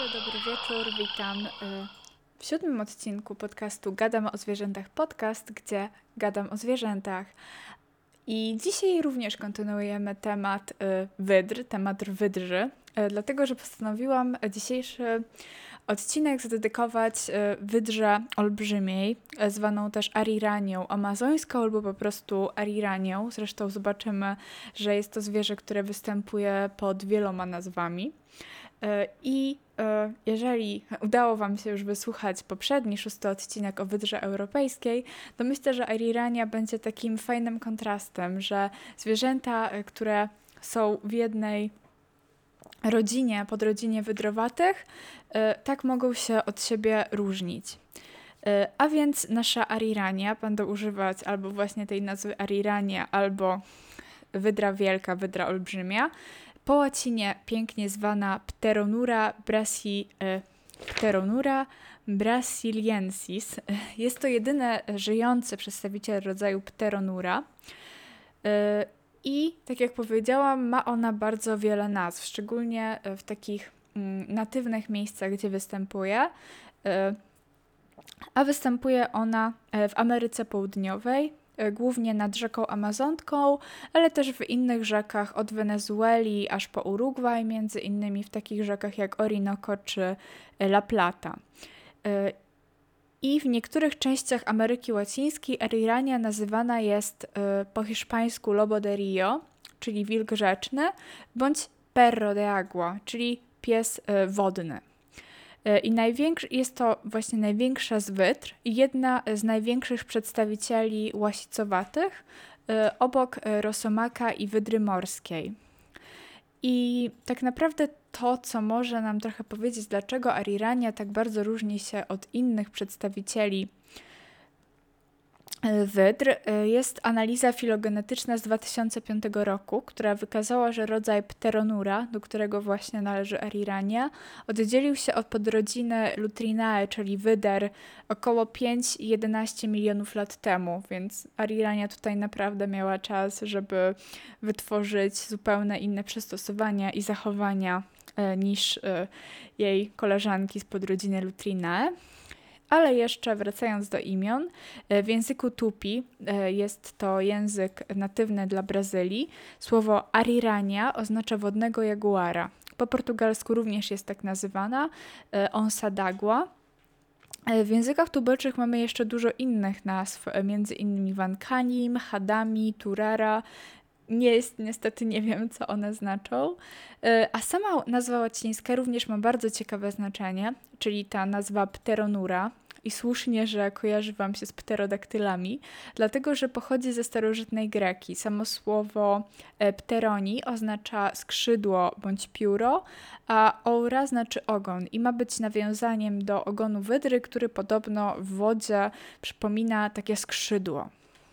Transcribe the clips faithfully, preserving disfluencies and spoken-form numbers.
dobry, dobry wieczór. Witam y, w siódmym odcinku podcastu Gadam o zwierzętach podcast, gdzie gadam o zwierzętach. I dzisiaj również kontynuujemy temat y, wydr, temat wydrzy, y, dlatego że postanowiłam dzisiejszy odcinek zadedykować y, wydrze olbrzymiej, y, zwaną też ariranią amazońską albo po prostu ariranią. Zresztą zobaczymy, że jest to zwierzę, które występuje pod wieloma nazwami. I jeżeli udało Wam się już wysłuchać poprzedni, szósty odcinek o wydrze europejskiej, to myślę, że arirania będzie takim fajnym kontrastem, że zwierzęta, które są w jednej rodzinie, podrodzinie wydrowatych, tak mogą się od siebie różnić. A więc nasza arirania, będę używać albo właśnie tej nazwy arirania, albo wydra wielka, wydra olbrzymia, po łacinie pięknie zwana Pteronura, brasi, e, Pteronura brasiliensis. Jest to jedyny żyjący przedstawiciel rodzaju Pteronura. E, I tak jak powiedziałam, ma ona bardzo wiele nazw, szczególnie w takich mm, natywnych miejscach, gdzie występuje. E, a występuje ona w Ameryce Południowej, głównie nad rzeką Amazonką, ale też w innych rzekach od Wenezueli aż po Urugwaj, między innymi w takich rzekach jak Orinoco czy La Plata. I w niektórych częściach Ameryki Łacińskiej arirania nazywana jest po hiszpańsku lobo de rio, czyli wilk rzeczny, bądź perro de agua, czyli pies wodny. I największy, jest to właśnie największa z wydr i jedna z największych przedstawicieli łasicowatych obok rosomaka i wydry morskiej. I tak naprawdę to, co może nam trochę powiedzieć, dlaczego arirania tak bardzo różni się od innych przedstawicieli wydr, jest analiza filogenetyczna z dwa tysiące piątego roku, która wykazała, że rodzaj Pteronura, do którego właśnie należy arirania, oddzielił się od podrodziny Lutrinae, czyli wyder, około pięć do jedenastu milionów lat temu, więc arirania tutaj naprawdę miała czas, żeby wytworzyć zupełnie inne przystosowania i zachowania e, niż e, jej koleżanki z podrodziny Lutrinae. Ale jeszcze wracając do imion, w języku tupi, jest to język natywny dla Brazylii, słowo arirania oznacza wodnego jaguara. Po portugalsku również jest tak nazywana, onça d'água. W językach tubylczych mamy jeszcze dużo innych nazw, między innymi wankanim, hadami, turara. Nie jest, niestety nie wiem, co one znaczą. A sama nazwa łacińska również ma bardzo ciekawe znaczenie, czyli ta nazwa Pteronura. I słusznie, że kojarzy Wam się z pterodaktylami, dlatego że pochodzi ze starożytnej Greki. Samo słowo pteroni oznacza skrzydło bądź pióro, a oura znaczy ogon i ma być nawiązaniem do ogonu wydry, który podobno w wodzie przypomina takie skrzydło.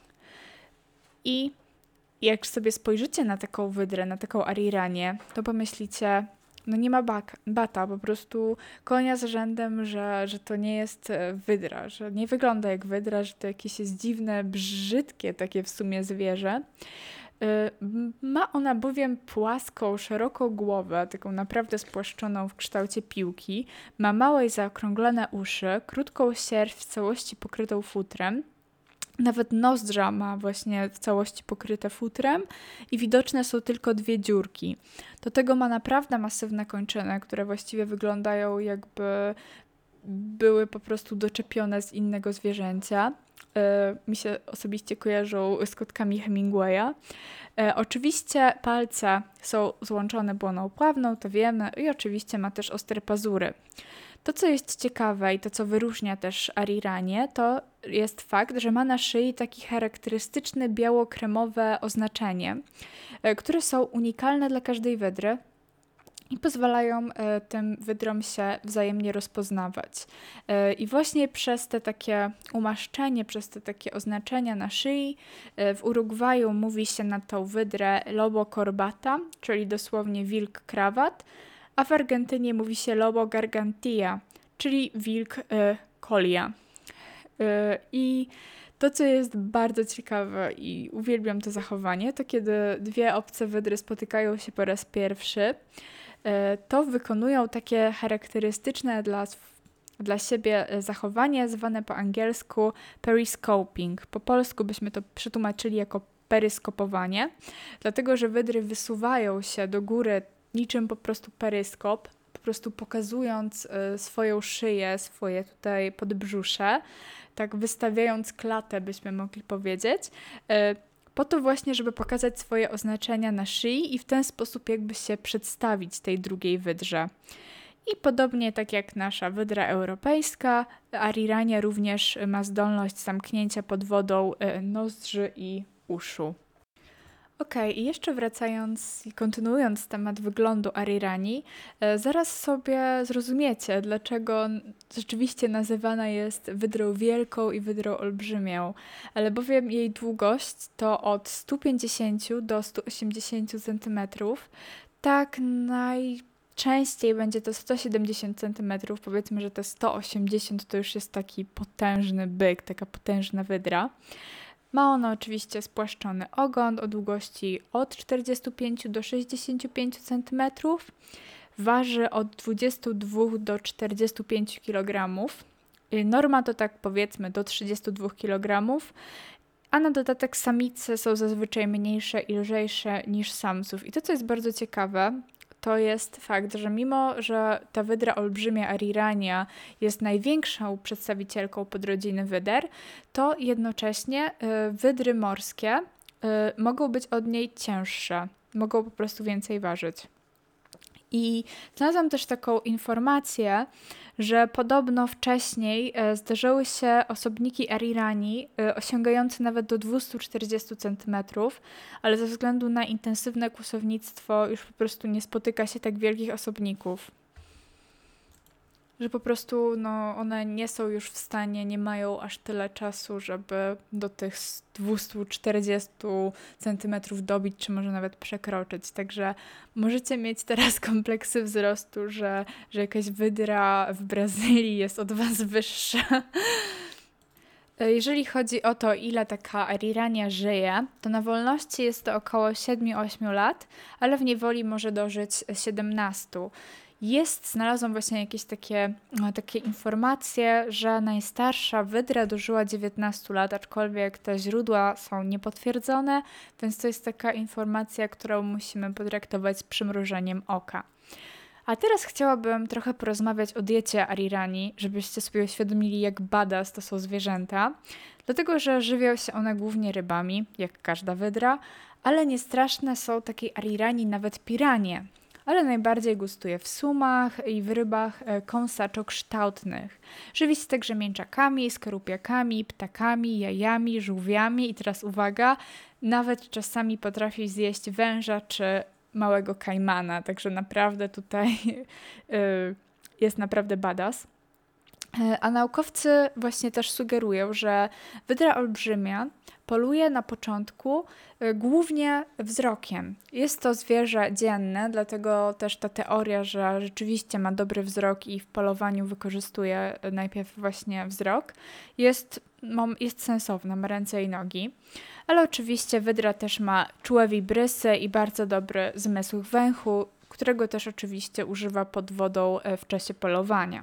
I jak sobie spojrzycie na taką wydrę, na taką ariranię, to pomyślicie, no nie ma bak, bata, po prostu konia z rzędem, że, że to nie jest wydra, że nie wygląda jak wydra, że to jakieś jest dziwne, brzydkie takie w sumie zwierzę. Yy, ma ona bowiem płaską, szeroką głowę, taką naprawdę spłaszczoną w kształcie piłki, ma małe i zaokrąglone uszy, krótką sierść w całości pokrytą futrem. Nawet nozdrza ma właśnie w całości pokryte futrem i widoczne są tylko dwie dziurki. Do tego ma naprawdę masywne kończyny, które właściwie wyglądają jakby były po prostu doczepione z innego zwierzęcia. E, mi się osobiście kojarzą z kotkami Hemingwaya. E, oczywiście palce są złączone błoną pławną, to wiemy, i oczywiście ma też ostre pazury. To, co jest ciekawe i to, co wyróżnia też ariranię, to jest fakt, że ma na szyi taki charakterystyczne biało-kremowe oznaczenie, które są unikalne dla każdej wydry i pozwalają tym wydrom się wzajemnie rozpoznawać. I właśnie przez te takie umaszczenie, przez te takie oznaczenia na szyi, w Urugwaju mówi się na tą wydrę lobo corbata, czyli dosłownie wilk krawat, a w Argentynie mówi się lobo gargantilla, czyli wilk y, kolia. Y, I to, co jest bardzo ciekawe i uwielbiam to zachowanie, to kiedy dwie obce wydry spotykają się po raz pierwszy, to wykonują takie charakterystyczne dla, dla siebie zachowanie zwane po angielsku periscoping. Po polsku byśmy to przetłumaczyli jako peryskopowanie, dlatego że wydry wysuwają się do góry niczym po prostu peryskop, po prostu pokazując swoją szyję, swoje tutaj podbrzusze, tak wystawiając klatę, byśmy mogli powiedzieć, po to właśnie, żeby pokazać swoje oznaczenia na szyi i w ten sposób jakby się przedstawić tej drugiej wydrze. I podobnie tak jak nasza wydra europejska, arirania również ma zdolność zamknięcia pod wodą nozdrzy i uszu. Okej, okay, i jeszcze wracając i kontynuując temat wyglądu arirani, e, zaraz sobie zrozumiecie, dlaczego rzeczywiście nazywana jest wydrą wielką i wydrą olbrzymią, ale bowiem jej długość to od stu pięćdziesięciu do stu osiemdziesięciu centymetrów, tak najczęściej będzie to sto siedemdziesiąt centymetrów, powiedzmy, że te sto osiemdziesiąt to już jest taki potężny byk, taka potężna wydra. Ma ona oczywiście spłaszczony ogon o długości od czterdziestu pięciu do sześćdziesięciu pięciu centymetrów. Waży od dwudziestu dwóch do czterdziestu pięciu kilogramów. Norma to tak powiedzmy do trzydziestu dwóch kilogramów, a na dodatek samice są zazwyczaj mniejsze i lżejsze niż samców. I to, co jest bardzo ciekawe, to jest fakt, że mimo, że ta wydra olbrzymia arirania jest największą przedstawicielką podrodziny wyder, to jednocześnie y, wydry morskie y, mogą być od niej cięższe, mogą po prostu więcej ważyć. I znalazłam też taką informację, że podobno wcześniej e, zdarzyły się osobniki arirani e, osiągające nawet do dwieście czterdzieści centymetrów, ale ze względu na intensywne kłusownictwo już po prostu nie spotyka się tak wielkich osobników. Że po prostu no, one nie są już w stanie, nie mają aż tyle czasu, żeby do tych dwieście czterdzieści centymetrów dobić, czy może nawet przekroczyć. Także możecie mieć teraz kompleksy wzrostu, że, że jakaś wydra w Brazylii jest od was wyższa. Jeżeli chodzi o to, ile taka arirania żyje, to na wolności jest to około siedem do ośmiu lat, ale w niewoli może dożyć siedemnastu. Jest, znalazłam właśnie jakieś takie, no, takie informacje, że najstarsza wydra dożyła dziewiętnastu lat, aczkolwiek te źródła są niepotwierdzone, więc to jest taka informacja, którą musimy potraktować z przymrużeniem oka. A teraz chciałabym trochę porozmawiać o diecie arirani, żebyście sobie uświadomili, jak badass to są zwierzęta, dlatego że żywią się one głównie rybami, jak każda wydra, ale niestraszne są takiej arirani nawet piranie, ale najbardziej gustuje w sumach i w rybach kąsaczokształtnych. Żywi się także mięczakami, skorupiakami, ptakami, jajami, żółwiami i teraz uwaga, nawet czasami potrafi zjeść węża czy małego kajmana, także naprawdę tutaj y, jest naprawdę badass. A naukowcy właśnie też sugerują, że wydra olbrzymia poluje na początku y, głównie wzrokiem. Jest to zwierzę dzienne, dlatego też ta teoria, że rzeczywiście ma dobry wzrok i w polowaniu wykorzystuje najpierw właśnie wzrok, jest, jest sensowna, ma ręce i nogi. Ale oczywiście wydra też ma czułe wibrysy i bardzo dobry zmysł węchu, którego też oczywiście używa pod wodą w czasie polowania.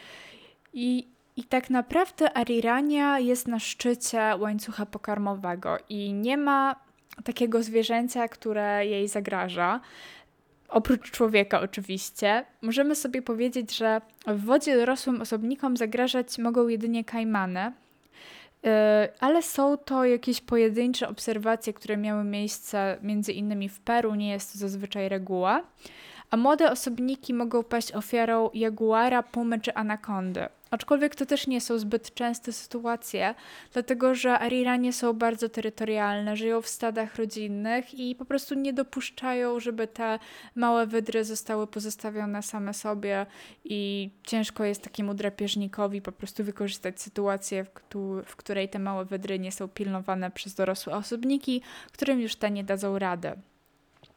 I, i tak naprawdę arirania jest na szczycie łańcucha pokarmowego i nie ma takiego zwierzęcia, które jej zagraża. Oprócz człowieka oczywiście. Możemy sobie powiedzieć, że w wodzie dorosłym osobnikom zagrażać mogą jedynie kajmany, ale są to jakieś pojedyncze obserwacje, które miały miejsce między innymi w Peru, nie jest to zazwyczaj reguła, a młode osobniki mogą paść ofiarą jaguara, pumy czy anakondy. Aczkolwiek to też nie są zbyt częste sytuacje, dlatego że ariranie są bardzo terytorialne, żyją w stadach rodzinnych i po prostu nie dopuszczają, żeby te małe wydry zostały pozostawione same sobie i ciężko jest takiemu drapieżnikowi po prostu wykorzystać sytuację, w, któ- w której te małe wydry nie są pilnowane przez dorosłe osobniki, którym już te nie dadzą rady.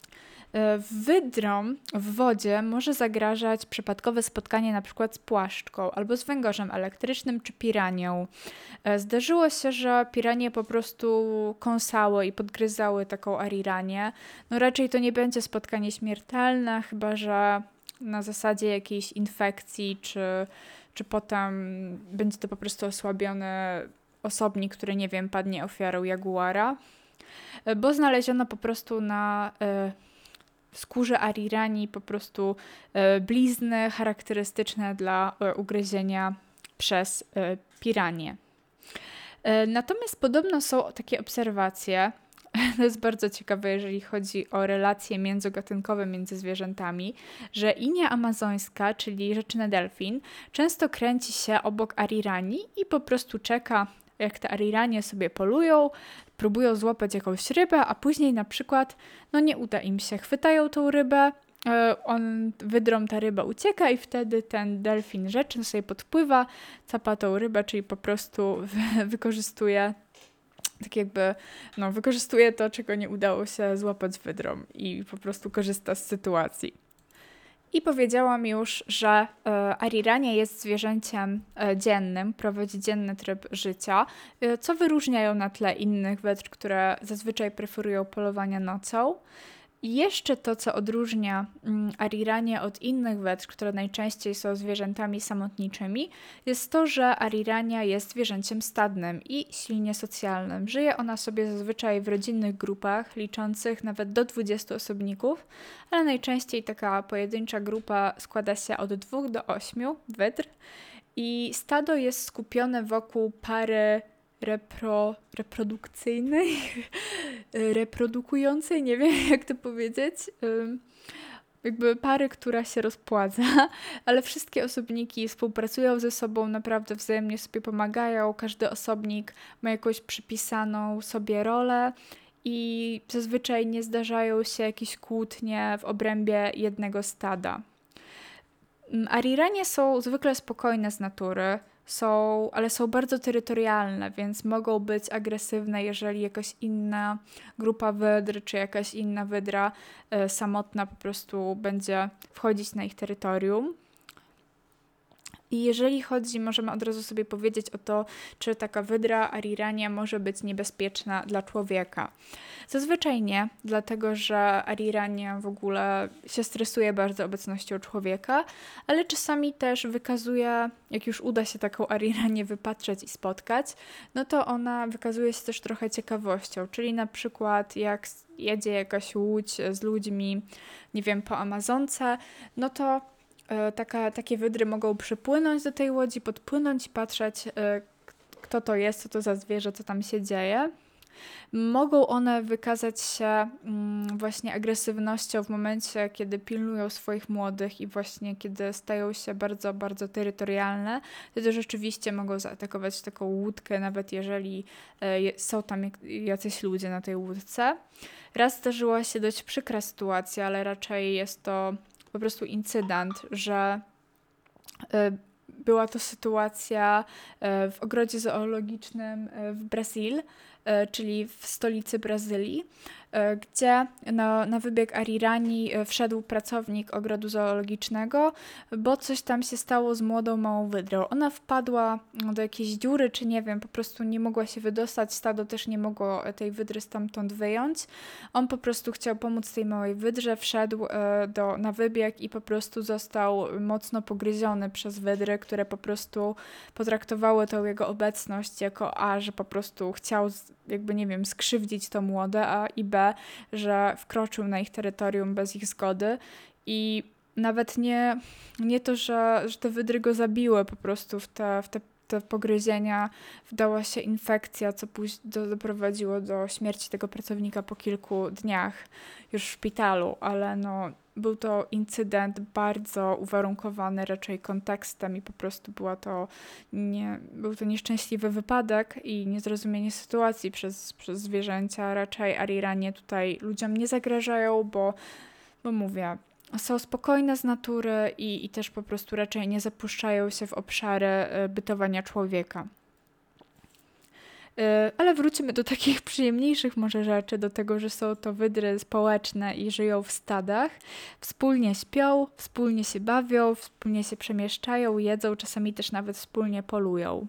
Wydrom w wodzie może zagrażać przypadkowe spotkanie na przykład z płaszczką albo z węgorzem elektrycznym czy piranią. Zdarzyło się, że piranie po prostu kąsały i podgryzały taką ariranię. No raczej to nie będzie spotkanie śmiertelne, chyba że na zasadzie jakiejś infekcji, czy, czy potem będzie to po prostu osłabiony osobnik, który, nie wiem, padnie ofiarą jaguara. Bo znaleziono po prostu na w skórze arirani po prostu blizny charakterystyczne dla ugryzienia przez piranię. Natomiast podobno są takie obserwacje, to jest bardzo ciekawe, jeżeli chodzi o relacje międzygatunkowe między zwierzętami, że inia amazońska, czyli rzeczny delfin, często kręci się obok arirani i po prostu czeka, jak te ariranie sobie polują, próbują złapać jakąś rybę, a później na przykład no nie uda im się, chwytają tą rybę, on wydrom, ta ryba ucieka i wtedy ten delfin rzeczny sobie podpływa, capa tą rybę, czyli po prostu wy- wykorzystuje tak jakby, no wykorzystuje to, czego nie udało się złapać wydrom i po prostu korzysta z sytuacji. I powiedziałam już, że e, arirania jest zwierzęciem e, dziennym, prowadzi dzienny tryb życia, e, co wyróżniają na tle innych wydr, które zazwyczaj preferują polowania nocą. I jeszcze to, co odróżnia mm, ariranię od innych wydr, które najczęściej są zwierzętami samotniczymi, jest to, że arirania jest zwierzęciem stadnym i silnie socjalnym. Żyje ona sobie zazwyczaj w rodzinnych grupach, liczących nawet do dwudziestu osobników, ale najczęściej taka pojedyncza grupa składa się od dwóch do ośmiu wydr i stado jest skupione wokół pary repro, reprodukcyjnej, reprodukującej, nie wiem jak to powiedzieć, jakby pary, która się rozpładza, ale wszystkie osobniki współpracują ze sobą, naprawdę wzajemnie sobie pomagają, każdy osobnik ma jakąś przypisaną sobie rolę i zazwyczaj nie zdarzają się jakieś kłótnie w obrębie jednego stada. Ariranie są zwykle spokojne z natury, są, ale są bardzo terytorialne, więc mogą być agresywne, jeżeli jakaś inna grupa wydr, czy jakaś inna wydra y, samotna po prostu będzie wchodzić na ich terytorium. I jeżeli chodzi, możemy od razu sobie powiedzieć o to, czy taka wydra arirania może być niebezpieczna dla człowieka. Zazwyczaj nie, dlatego że arirania w ogóle się stresuje bardzo obecnością człowieka, ale czasami też wykazuje, jak już uda się taką ariranię wypatrzeć i spotkać, no to ona wykazuje się też trochę ciekawością, czyli na przykład jak jedzie jakaś łódź z ludźmi, nie wiem, po Amazonce, no to Taka, takie wydry mogą przypłynąć do tej łodzi, podpłynąć i patrzeć, kto to jest, co to za zwierzę, co tam się dzieje. Mogą one wykazać się właśnie agresywnością w momencie, kiedy pilnują swoich młodych i właśnie kiedy stają się bardzo, bardzo terytorialne. Wtedy rzeczywiście mogą zaatakować taką łódkę, nawet jeżeli są tam jacyś ludzie na tej łódce. Raz zdarzyła się dość przykra sytuacja, ale raczej jest to po prostu incydent, że y, była to sytuacja y, w ogrodzie zoologicznym y, w Brazil, y, czyli w stolicy Brazylii, y, gdzie na, na wybieg arirani y, wszedł pracownik ogrodu zoologicznego, bo coś tam się stało z młodą małą wydrą. Ona wpadła do jakiejś dziury, czy nie wiem, po prostu nie mogła się wydostać, stado też nie mogło tej wydry stamtąd wyjąć. On po prostu chciał pomóc tej małej wydrze, wszedł y, do, na wybieg i po prostu został mocno pogryziony przez wydry, które po prostu potraktowały tą jego obecność jako A, że po prostu chciał jakby, nie wiem, skrzywdzić to młode, a i B, że wkroczył na ich terytorium bez ich zgody i nawet nie, nie to, że, że te wydry go zabiły po prostu w te, w te, te pogryzienia, wdała się infekcja, co później do, doprowadziło do śmierci tego pracownika po kilku dniach już w szpitalu, ale no był to incydent bardzo uwarunkowany raczej kontekstem i po prostu była to nie, był to nieszczęśliwy wypadek i niezrozumienie sytuacji przez, przez zwierzęcia. Raczej ariranie tutaj ludziom nie zagrażają, bo, bo mówię, są spokojne z natury i, i też po prostu raczej nie zapuszczają się w obszary bytowania człowieka. Ale wróćmy do takich przyjemniejszych może rzeczy, do tego, że są to wydry społeczne i żyją w stadach. Wspólnie śpią, wspólnie się bawią, wspólnie się przemieszczają, jedzą, czasami też nawet wspólnie polują.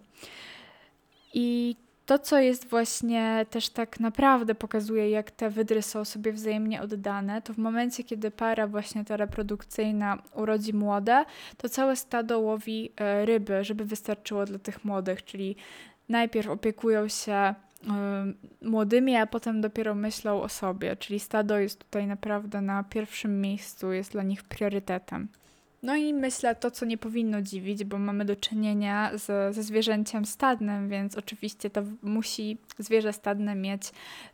I to, co jest właśnie też tak naprawdę pokazuje, jak te wydry są sobie wzajemnie oddane, to w momencie, kiedy para właśnie ta reprodukcyjna urodzi młode, to całe stado łowi e, ryby, żeby wystarczyło dla tych młodych, czyli najpierw opiekują się y, młodymi, a potem dopiero myślą o sobie, czyli stado jest tutaj naprawdę na pierwszym miejscu, jest dla nich priorytetem. No i myślę to, co nie powinno dziwić, bo mamy do czynienia z, ze zwierzęciem stadnym, więc oczywiście to musi zwierzę stadne mieć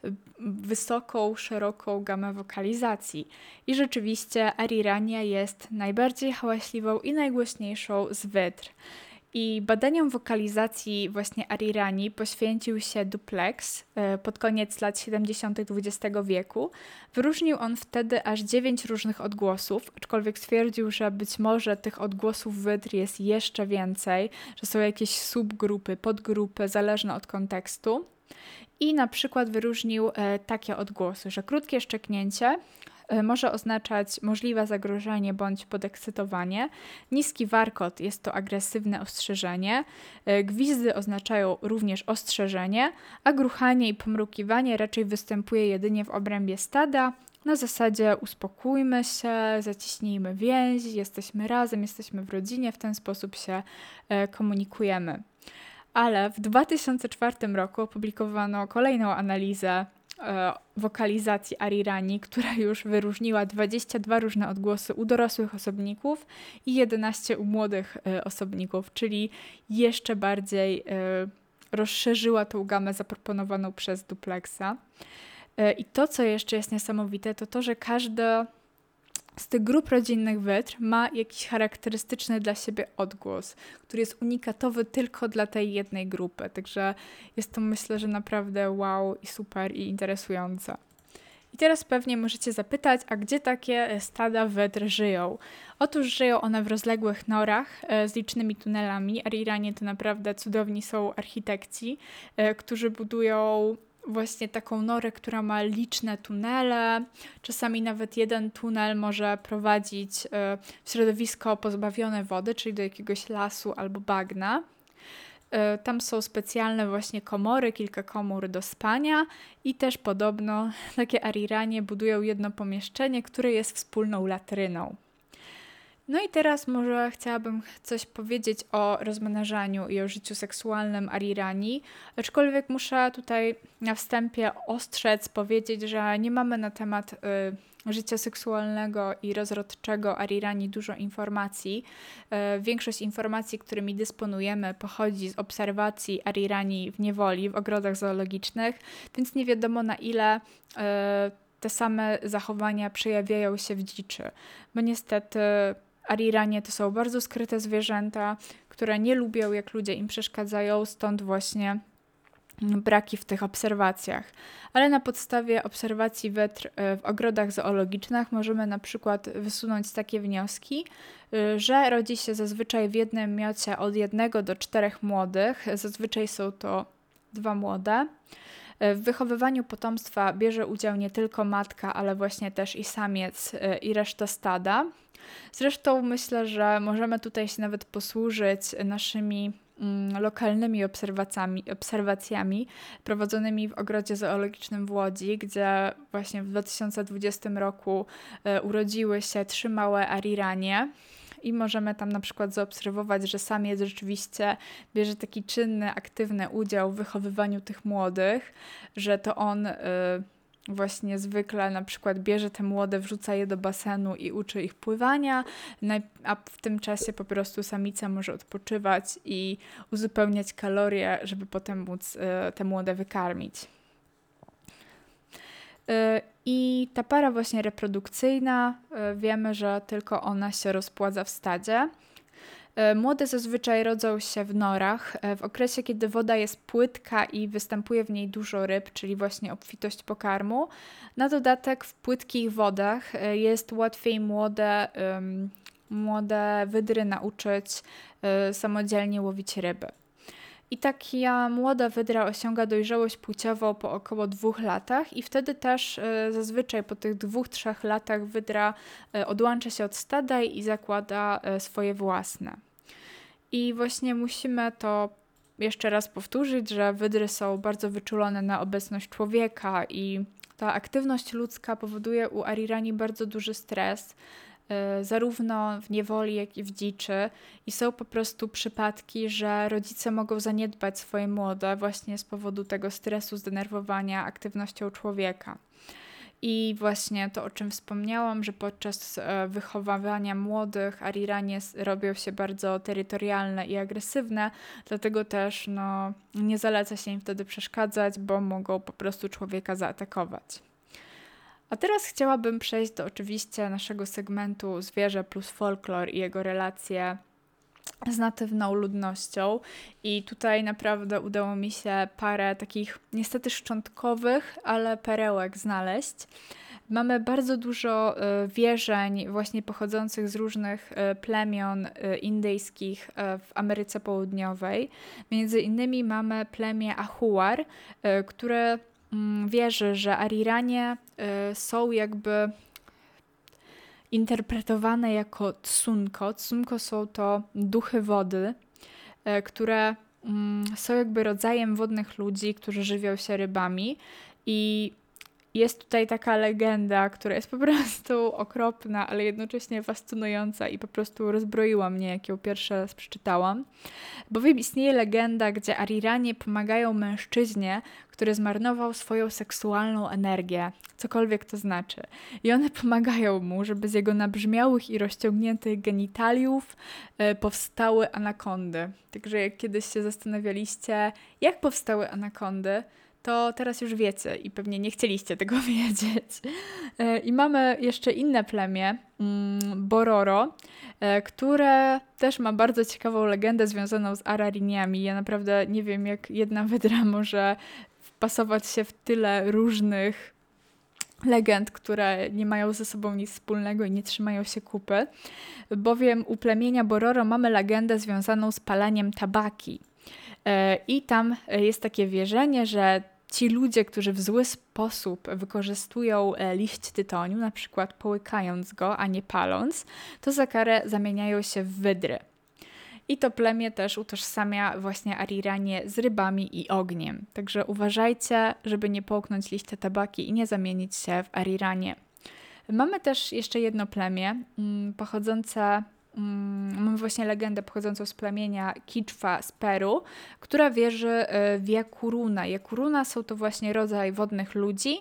wysoką, szeroką gamę wokalizacji. I rzeczywiście Arirania jest najbardziej hałaśliwą i najgłośniejszą z wydr. I badaniom wokalizacji właśnie Ariranii poświęcił się Duplex pod koniec lat siedemdziesiątych dwudziestego wieku. Wyróżnił on wtedy aż dziewięć różnych odgłosów, aczkolwiek stwierdził, że być może tych odgłosów wydr jest jeszcze więcej, że są jakieś subgrupy, podgrupy, zależne od kontekstu. I na przykład wyróżnił takie odgłosy, że krótkie szczeknięcie może oznaczać możliwe zagrożenie bądź podekscytowanie. Niski warkot jest to agresywne ostrzeżenie. Gwizdy oznaczają również ostrzeżenie, a gruchanie i pomrukiwanie raczej występuje jedynie w obrębie stada. Na zasadzie uspokójmy się, zaciśnijmy więzi, jesteśmy razem, jesteśmy w rodzinie, w ten sposób się komunikujemy. Ale w dwa tysiące czwartym roku opublikowano kolejną analizę wokalizacji Ariranii, która już wyróżniła dwadzieścia dwa różne odgłosy u dorosłych osobników i jedenaście u młodych osobników, czyli jeszcze bardziej rozszerzyła tą gamę zaproponowaną przez Duplexa. I to, co jeszcze jest niesamowite, to to, że każda z tych grup rodzinnych wydr ma jakiś charakterystyczny dla siebie odgłos, który jest unikatowy tylko dla tej jednej grupy. Także jest to, myślę, że naprawdę wow i super i interesujące. I teraz pewnie możecie zapytać, a gdzie takie stada wydr żyją? Otóż żyją one w rozległych norach e, z licznymi tunelami. Ariranie to naprawdę cudowni są architekci, e, którzy budują właśnie taką norę, która ma liczne tunele. Czasami nawet jeden tunel może prowadzić w środowisko pozbawione wody, czyli do jakiegoś lasu albo bagna. Tam są specjalne właśnie komory, kilka komór do spania i też podobno takie Ariranie budują jedno pomieszczenie, które jest wspólną latryną. No i teraz może chciałabym coś powiedzieć o rozmnażaniu i o życiu seksualnym Ariranii, aczkolwiek muszę tutaj na wstępie ostrzec, powiedzieć, że nie mamy na temat y, życia seksualnego i rozrodczego Ariranii dużo informacji. Y, większość informacji, którymi dysponujemy, pochodzi z obserwacji Ariranii w niewoli, w ogrodach zoologicznych, więc nie wiadomo na ile y, te same zachowania przejawiają się w dziczy, bo niestety Ariranie to są bardzo skryte zwierzęta, które nie lubią, jak ludzie im przeszkadzają, stąd właśnie braki w tych obserwacjach. Ale na podstawie obserwacji wydr w ogrodach zoologicznych możemy na przykład wysunąć takie wnioski, że rodzi się zazwyczaj w jednym miocie od jednego do czterech młodych, zazwyczaj są to dwa młode. W wychowywaniu potomstwa bierze udział nie tylko matka, ale właśnie też i samiec i reszta stada. Zresztą myślę, że możemy tutaj się nawet posłużyć naszymi mm, lokalnymi obserwacjami, obserwacjami prowadzonymi w Ogrodzie Zoologicznym w Łodzi, gdzie właśnie w dwa tysiące dwudziestym roku e, urodziły się trzy małe ariranie. I możemy tam na przykład zaobserwować, że samiec rzeczywiście bierze taki czynny, aktywny udział w wychowywaniu tych młodych, że to on y, właśnie zwykle na przykład bierze te młode, wrzuca je do basenu i uczy ich pływania, a w tym czasie po prostu samica może odpoczywać i uzupełniać kalorie, żeby potem móc y, te młode wykarmić. I ta para właśnie reprodukcyjna, wiemy, że tylko ona się rozpładza w stadzie. Młode zazwyczaj rodzą się w norach, w okresie, kiedy woda jest płytka i występuje w niej dużo ryb, czyli właśnie obfitość pokarmu. Na dodatek w płytkich wodach jest łatwiej młode, młode wydry nauczyć samodzielnie łowić ryby. I taka młoda wydra osiąga dojrzałość płciową po około dwóch latach i wtedy też e, zazwyczaj po tych dwóch, trzech latach wydra e, odłącza się od stada i zakłada e, swoje własne. I właśnie musimy to jeszcze raz powtórzyć, że wydry są bardzo wyczulone na obecność człowieka i ta aktywność ludzka powoduje u arirani bardzo duży stres, y, zarówno w niewoli, jak i w dziczy. I są po prostu przypadki, że rodzice mogą zaniedbać swoje młode właśnie z powodu tego stresu, zdenerwowania aktywnością człowieka. I właśnie to, o czym wspomniałam, że podczas e, wychowywania młodych ariranie robią się bardzo terytorialne i agresywne, dlatego też no, nie zaleca się im wtedy przeszkadzać, bo mogą po prostu człowieka zaatakować. A teraz chciałabym przejść do oczywiście naszego segmentu zwierzę plus folklor i jego relacje z natywną ludnością i tutaj naprawdę udało mi się parę takich niestety szczątkowych, ale perełek znaleźć. Mamy bardzo dużo y, wierzeń właśnie pochodzących z różnych y, plemion y, indyjskich y, w Ameryce Południowej. Między innymi mamy plemię Ahuar, y, które y, wierzy, że ariranie y, są jakby interpretowane jako tsunko. Tsunko są to duchy wody, e, które mm, są jakby rodzajem wodnych ludzi, którzy żywią się rybami i jest tutaj taka legenda, która jest po prostu okropna, ale jednocześnie fascynująca i po prostu rozbroiła mnie, jak ją pierwszy raz przeczytałam. Bowiem istnieje legenda, gdzie ariranie pomagają mężczyźnie, który zmarnował swoją seksualną energię, cokolwiek to znaczy. I one pomagają mu, żeby z jego nabrzmiałych i rozciągniętych genitaliów e, powstały anakondy. Także jak kiedyś się zastanawialiście, jak powstały anakondy, to teraz już wiecie i pewnie nie chcieliście tego wiedzieć. E, I mamy jeszcze inne plemię, mm, Bororo, e, które też ma bardzo ciekawą legendę związaną z arariniami. Ja naprawdę nie wiem, jak jedna wydra może wpasować się w tyle różnych legend, które nie mają ze sobą nic wspólnego i nie trzymają się kupy, bowiem u plemienia Bororo mamy legendę związaną z paleniem tabaki. E, I tam jest takie wierzenie, że ci ludzie, którzy w zły sposób wykorzystują liść tytoniu, na przykład połykając go, a nie paląc, to za karę zamieniają się w wydry. I to plemię też utożsamia właśnie ariranie z rybami i ogniem. Także uważajcie, żeby nie połknąć liścia tabaki i nie zamienić się w ariranie. Mamy też jeszcze jedno plemię mm, pochodzące Mamy właśnie legendę pochodzącą z plemienia Kiczwa z Peru, która wierzy w Yakuruna. Yakuruna są to właśnie rodzaj wodnych ludzi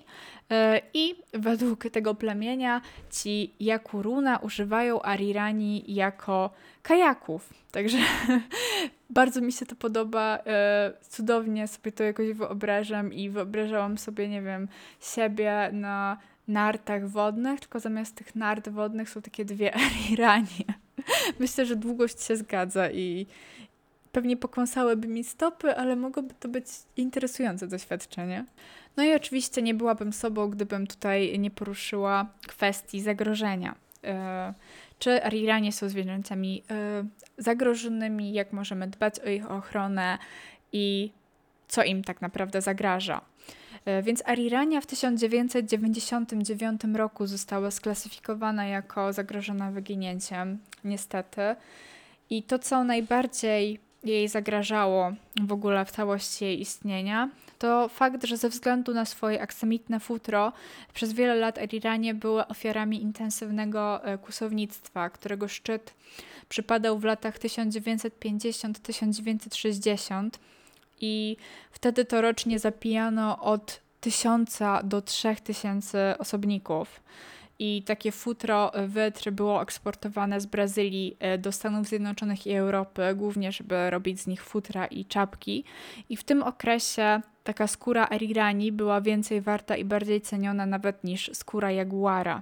i według tego plemienia ci Yakuruna używają arirani jako kajaków. Także bardzo mi się to podoba, cudownie sobie to jakoś wyobrażam i wyobrażałam sobie, nie wiem, siebie na nartach wodnych, tylko zamiast tych nart wodnych są takie dwie ariranie. Myślę, że długość się zgadza i pewnie pokąsałyby mi stopy, ale mogłoby to być interesujące doświadczenie. No i oczywiście nie byłabym sobą, gdybym tutaj nie poruszyła kwestii zagrożenia. Yy, czy ariranie są zwierzętami yy, zagrożonymi, jak możemy dbać o ich ochronę i co im tak naprawdę zagraża. Więc arirania w tysiąc dziewięćset dziewięćdziesiątym dziewiątym roku została sklasyfikowana jako zagrożona wyginięciem, niestety. I to, co najbardziej jej zagrażało w ogóle w całości jej istnienia, to fakt, że ze względu na swoje aksamitne futro przez wiele lat ariranie były ofiarami intensywnego kłusownictwa, którego szczyt przypadał w latach tysiąc dziewięćset pięćdziesiątym do tysiąc dziewięćset sześćdziesiątym. I wtedy to rocznie zabijano od tysiąca do trzech tysięcy osobników. I takie futro wydr było eksportowane z Brazylii do Stanów Zjednoczonych i Europy, głównie żeby robić z nich futra i czapki. I w tym okresie taka skóra arirani była więcej warta i bardziej ceniona nawet niż skóra jaguara.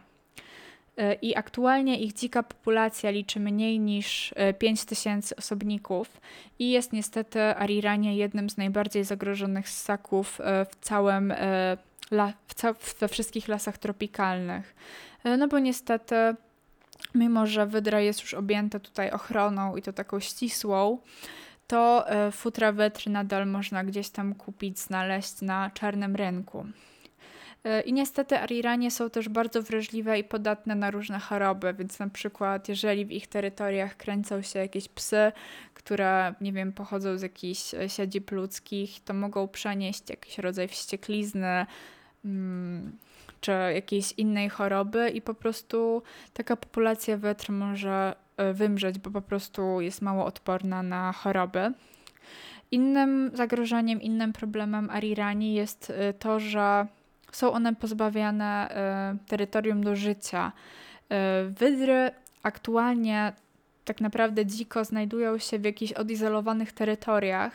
I aktualnie ich dzika populacja liczy mniej niż pięć tysięcy osobników i jest niestety ariranie jednym z najbardziej zagrożonych ssaków w całym, w ca- we wszystkich lasach tropikalnych. No bo niestety, mimo że wydra jest już objęta tutaj ochroną i to taką ścisłą, to e, futra wytr nadal można gdzieś tam kupić, znaleźć na czarnym rynku. E, I niestety ariranie są też bardzo wrażliwe i podatne na różne choroby, więc na przykład jeżeli w ich terytoriach kręcą się jakieś psy, które, nie wiem, pochodzą z jakichś e, siedzib ludzkich, to mogą przenieść jakiś rodzaj wścieklizny, mm, czy jakiejś innej choroby i po prostu taka populacja wytr może e, wymrzeć, bo po prostu jest mało odporna na choroby. Innym zagrożeniem, innym problemem arirani jest e, to, że są one pozbawiane e, terytorium do życia. E, Wydry aktualnie tak naprawdę dziko znajdują się w jakichś odizolowanych terytoriach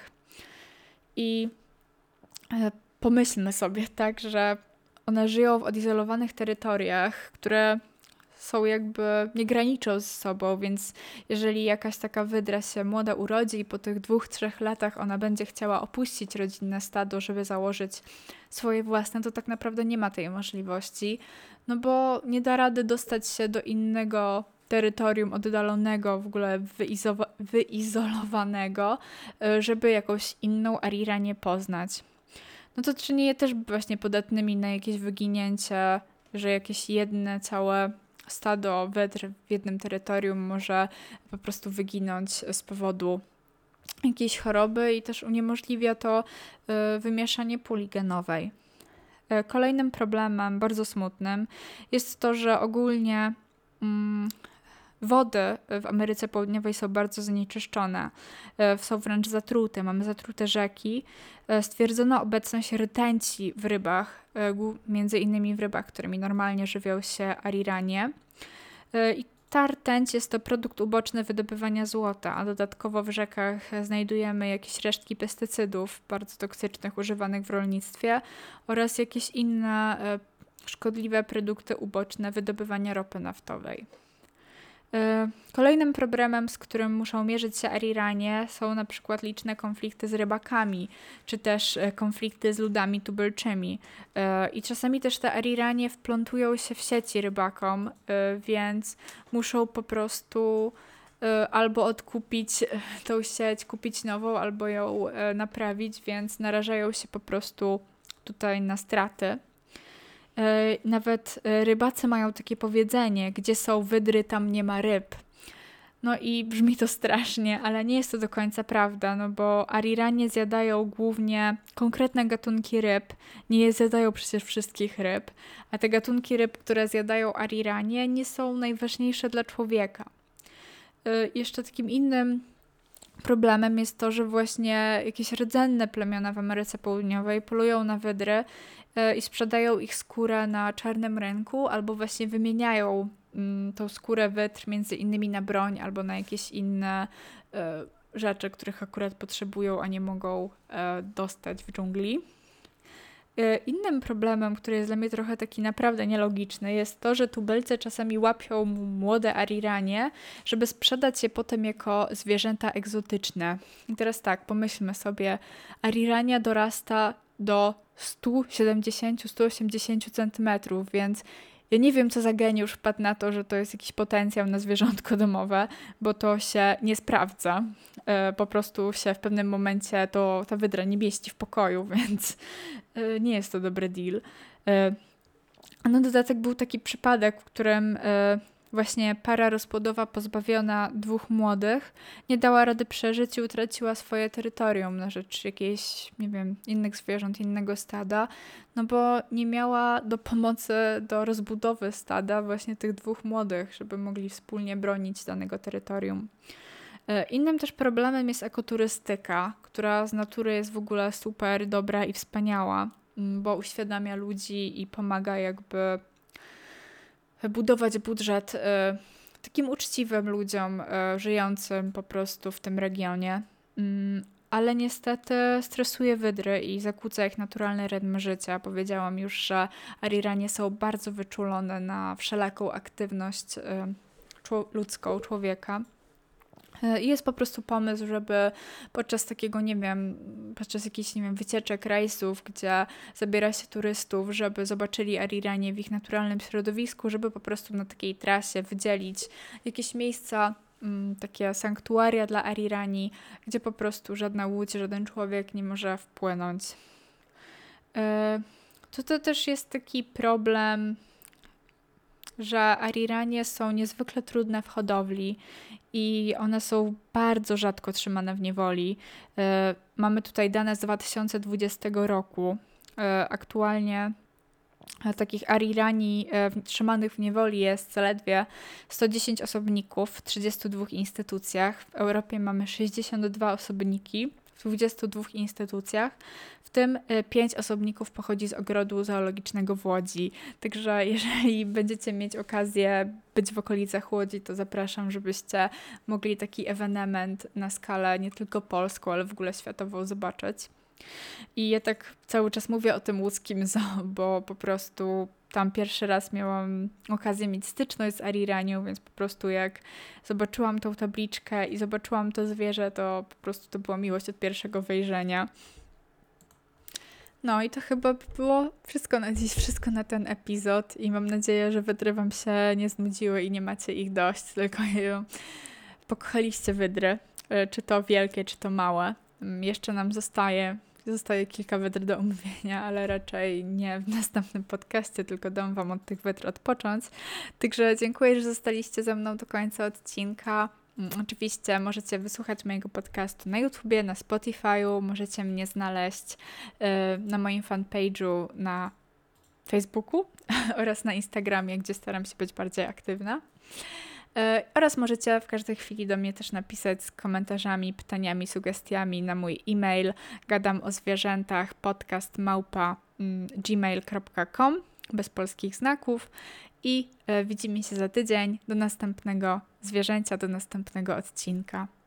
i e, pomyślmy sobie, tak, że one żyją w odizolowanych terytoriach, które są jakby, nie graniczą z sobą, więc jeżeli jakaś taka wydra się młoda urodzi i po tych dwóch, trzech latach ona będzie chciała opuścić rodzinne stado, żeby założyć swoje własne, to tak naprawdę nie ma tej możliwości, no bo nie da rady dostać się do innego terytorium oddalonego, w ogóle wyizo- wyizolowanego, żeby jakąś inną ariranię poznać. No to czyni je też właśnie podatnymi na jakieś wyginięcie, że jakieś jedne całe stado wydr w jednym terytorium może po prostu wyginąć z powodu jakiejś choroby i też uniemożliwia to y, wymieszanie puli genowej. Y, Kolejnym problemem, bardzo smutnym, jest to, że ogólnie mm, wody w Ameryce Południowej są bardzo zanieczyszczone, e, są wręcz zatrute, mamy zatrute rzeki. E, Stwierdzono obecność rtęci w rybach, e, głó- między innymi w rybach, którymi normalnie żywią się ariranie. E, I ta rtęć jest to produkt uboczny wydobywania złota, a dodatkowo w rzekach znajdujemy jakieś resztki pestycydów bardzo toksycznych używanych w rolnictwie oraz jakieś inne e, szkodliwe produkty uboczne wydobywania ropy naftowej. E, Kolejnym problemem, z którym muszą mierzyć się ariranie, są na przykład liczne konflikty z rybakami, czy też e, konflikty z ludami tubylczymi. E, I czasami też te ariranie wplątują się w sieci rybakom, e, więc muszą po prostu e, albo odkupić e, tą sieć, kupić nową, albo ją e, naprawić, więc narażają się po prostu tutaj na straty. E, Nawet e, rybacy mają takie powiedzenie, gdzie są wydry, tam nie ma ryb. No i brzmi to strasznie, ale nie jest to do końca prawda, no bo ariranie zjadają głównie konkretne gatunki ryb, nie zjadają przecież wszystkich ryb, a te gatunki ryb, które zjadają ariranie, nie są najważniejsze dla człowieka. E, Jeszcze takim innym problemem jest to, że właśnie jakieś rdzenne plemiona w Ameryce Południowej polują na wydry e, i sprzedają ich skórę na czarnym rynku albo właśnie wymieniają mm, tą skórę wydr między innymi na broń albo na jakieś inne e, rzeczy, których akurat potrzebują, a nie mogą e, dostać w dżungli. E, Innym problemem, który jest dla mnie trochę taki naprawdę nielogiczny, jest to, że tubylcy czasami łapią młode ariranie, żeby sprzedać je potem jako zwierzęta egzotyczne. I teraz tak, pomyślmy sobie, arirania dorasta do sto siedemdziesiąt do stu osiemdziesięciu centymetrów, więc ja nie wiem, co za geniusz wpadł na to, że to jest jakiś potencjał na zwierzątko domowe, bo to się nie sprawdza. E, po prostu się w pewnym momencie to ta wydra nie mieści w pokoju, więc e, nie jest to dobry deal. E, a na dodatek był taki przypadek, w którym e, właśnie para rozpłodowa pozbawiona dwóch młodych nie dała rady przeżyć i utraciła swoje terytorium na rzecz jakichś, nie wiem, innych zwierząt, innego stada, no bo nie miała do pomocy, do rozbudowy stada właśnie tych dwóch młodych, żeby mogli wspólnie bronić danego terytorium. E, Innym też problemem jest ekoturystyka, która z natury jest w ogóle super dobra i wspaniała, mm, bo uświadamia ludzi i pomaga jakby budować budżet y, takim uczciwym ludziom y, żyjącym po prostu w tym regionie. Mm, ale niestety stresuje wydry i zakłóca ich naturalny rytm życia. Powiedziałam już, że ariranie są bardzo wyczulone na wszelaką aktywność y, czło- ludzką, człowieka. I jest po prostu pomysł, żeby podczas takiego, nie wiem, podczas jakichś, nie wiem, wycieczek, rejsów, gdzie zabiera się turystów, żeby zobaczyli ariranie w ich naturalnym środowisku, żeby po prostu na takiej trasie wydzielić jakieś miejsca mm, takie sanktuaria dla Arirani, gdzie po prostu żadna łódź, żaden człowiek nie może wpłynąć. E, to, to też jest taki problem, że Ariranie są niezwykle trudne w hodowli i one są bardzo rzadko trzymane w niewoli. E, mamy tutaj dane z dwa tysiące dwudziestego roku. E, aktualnie e, takich Arirani e, w- trzymanych w niewoli jest zaledwie sto dziesięć osobników w trzydziestu dwóch instytucjach. W Europie mamy sześćdziesiąt dwa osobniki w dwudziestu dwóch instytucjach, w tym e, pięć osobników pochodzi z ogrodu zoologicznego w Łodzi. Także jeżeli będziecie mieć okazję być w okolicach Łodzi, to zapraszam, żebyście mogli taki ewenement na skalę nie tylko polską, ale w ogóle światową zobaczyć. I ja tak cały czas mówię o tym łódzkim zoo, bo po prostu tam pierwszy raz miałam okazję mieć styczność z Ariranią, więc po prostu jak zobaczyłam tą tabliczkę i zobaczyłam to zwierzę, to po prostu to była miłość od pierwszego wejrzenia. No i to chyba by było wszystko na dziś, wszystko na ten epizod i mam nadzieję, że wydry wam się nie znudziły i nie macie ich dość, tylko je pokochaliście wydry, e, czy to wielkie, czy to małe. Mm, Jeszcze nam zostaje, zostaje kilka wydr do omówienia, ale raczej nie w następnym podcaście, tylko dam wam od tych wydr odpocząć. Także dziękuję, że zostaliście ze mną do końca odcinka. Mm, Oczywiście możecie wysłuchać mojego podcastu na YouTubie, na Spotify'u, możecie mnie znaleźć e, na moim fanpage'u na Facebooku oraz na Instagramie, gdzie staram się być bardziej aktywna. E, Oraz możecie w każdej chwili do mnie też napisać z komentarzami, pytaniami, sugestiami na mój e-mail gadam o zwierzętach podcast małpa mm, gmail kropka com bez polskich znaków i e, widzimy się za tydzień do następnego zwierzęcia, do następnego odcinka.